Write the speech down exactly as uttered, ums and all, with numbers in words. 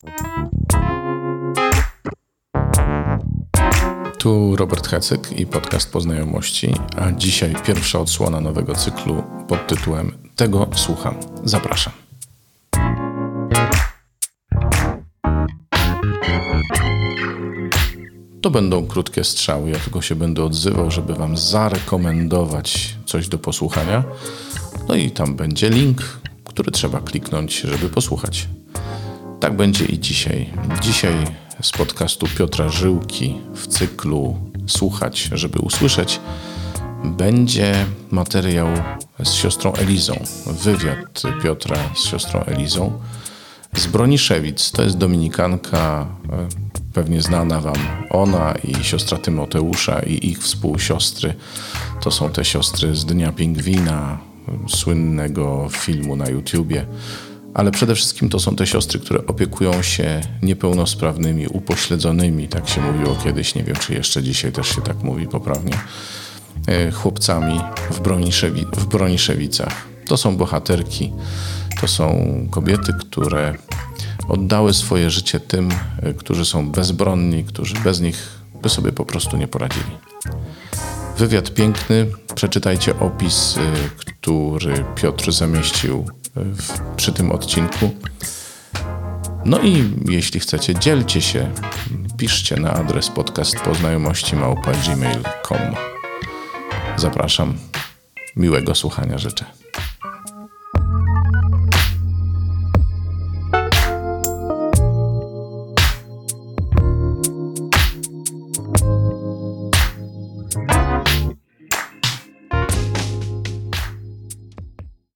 Tu Robert Hecyk i podcast Poznajomości, a dzisiaj pierwsza odsłona nowego cyklu pod tytułem Tego słucham. Zapraszam. To będą krótkie strzały, ja tylko się będę odzywał, żeby wam zarekomendować coś do posłuchania. No i tam będzie link, który trzeba kliknąć, żeby posłuchać. Tak będzie i dzisiaj. Dzisiaj z podcastu Piotra Żyłki w cyklu Słuchać, żeby usłyszeć będzie materiał z siostrą Elizą. Wywiad Piotra z siostrą Elizą z Broniszewic. To jest dominikanka, pewnie znana wam. Ona i siostra Tymoteusza i ich współsiostry. To są te siostry z Dnia Pingwina, słynnego filmu na YouTubie. Ale przede wszystkim to są te siostry, które opiekują się niepełnosprawnymi, upośledzonymi, tak się mówiło kiedyś, nie wiem czy jeszcze dzisiaj też się tak mówi poprawnie, chłopcami w, Broniszewi- w Broniszewicach. To są bohaterki, to są kobiety, które oddały swoje życie tym, którzy są bezbronni, którzy bez nich by sobie po prostu nie poradzili. Wywiad piękny, przeczytajcie opis, który Piotr zamieścił w, przy tym odcinku. No i jeśli chcecie, dzielcie się, piszcie na adres podcast poznajomości małpa gmail kropka com. Zapraszam, miłego słuchania życzę.